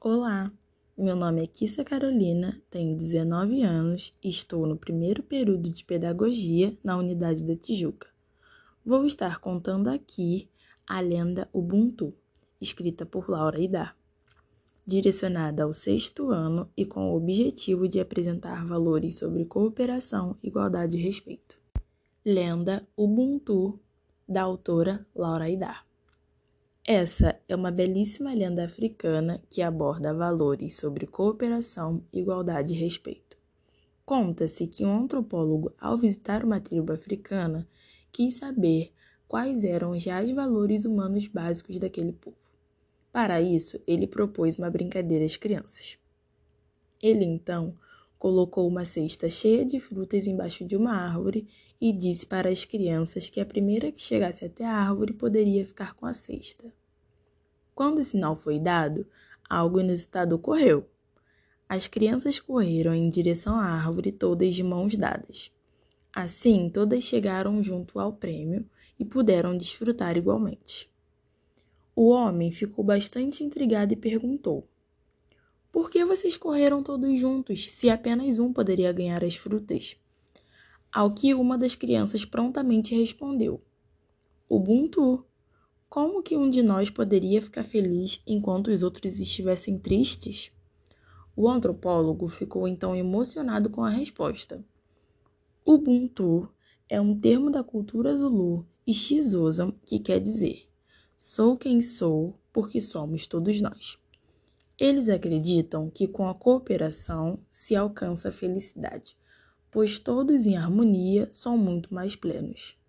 Olá, meu nome é Kissa Carolina, tenho 19 anos e estou no primeiro período de Pedagogia na Unidade da Tijuca. Vou estar contando aqui a lenda Ubuntu, escrita por Laura Idar, direcionada ao 6º ano e com o objetivo de apresentar valores sobre cooperação, igualdade e respeito. Lenda Ubuntu, da autora Laura Idar. Essa é uma belíssima lenda africana que aborda valores sobre cooperação, igualdade e respeito. Conta-se que um antropólogo, ao visitar uma tribo africana, quis saber quais eram os reais valores humanos básicos daquele povo. Para isso, ele propôs uma brincadeira às crianças. Ele, então, colocou uma cesta cheia de frutas embaixo de uma árvore e disse para as crianças que a primeira que chegasse até a árvore poderia ficar com a cesta. Quando o sinal foi dado, algo inusitado ocorreu. As crianças correram em direção à árvore, todas de mãos dadas. Assim, todas chegaram junto ao prêmio e puderam desfrutar igualmente. O homem ficou bastante intrigado e perguntou: "Por que vocês correram todos juntos, se apenas um poderia ganhar as frutas?" Ao que uma das crianças prontamente respondeu: "Ubuntu. Como que um de nós poderia ficar feliz enquanto os outros estivessem tristes?" O antropólogo ficou então emocionado com a resposta. Ubuntu é um termo da cultura Zulu e Xhosa que quer dizer: sou quem sou porque somos todos nós. Eles acreditam que com a cooperação se alcança a felicidade, pois todos em harmonia são muito mais plenos.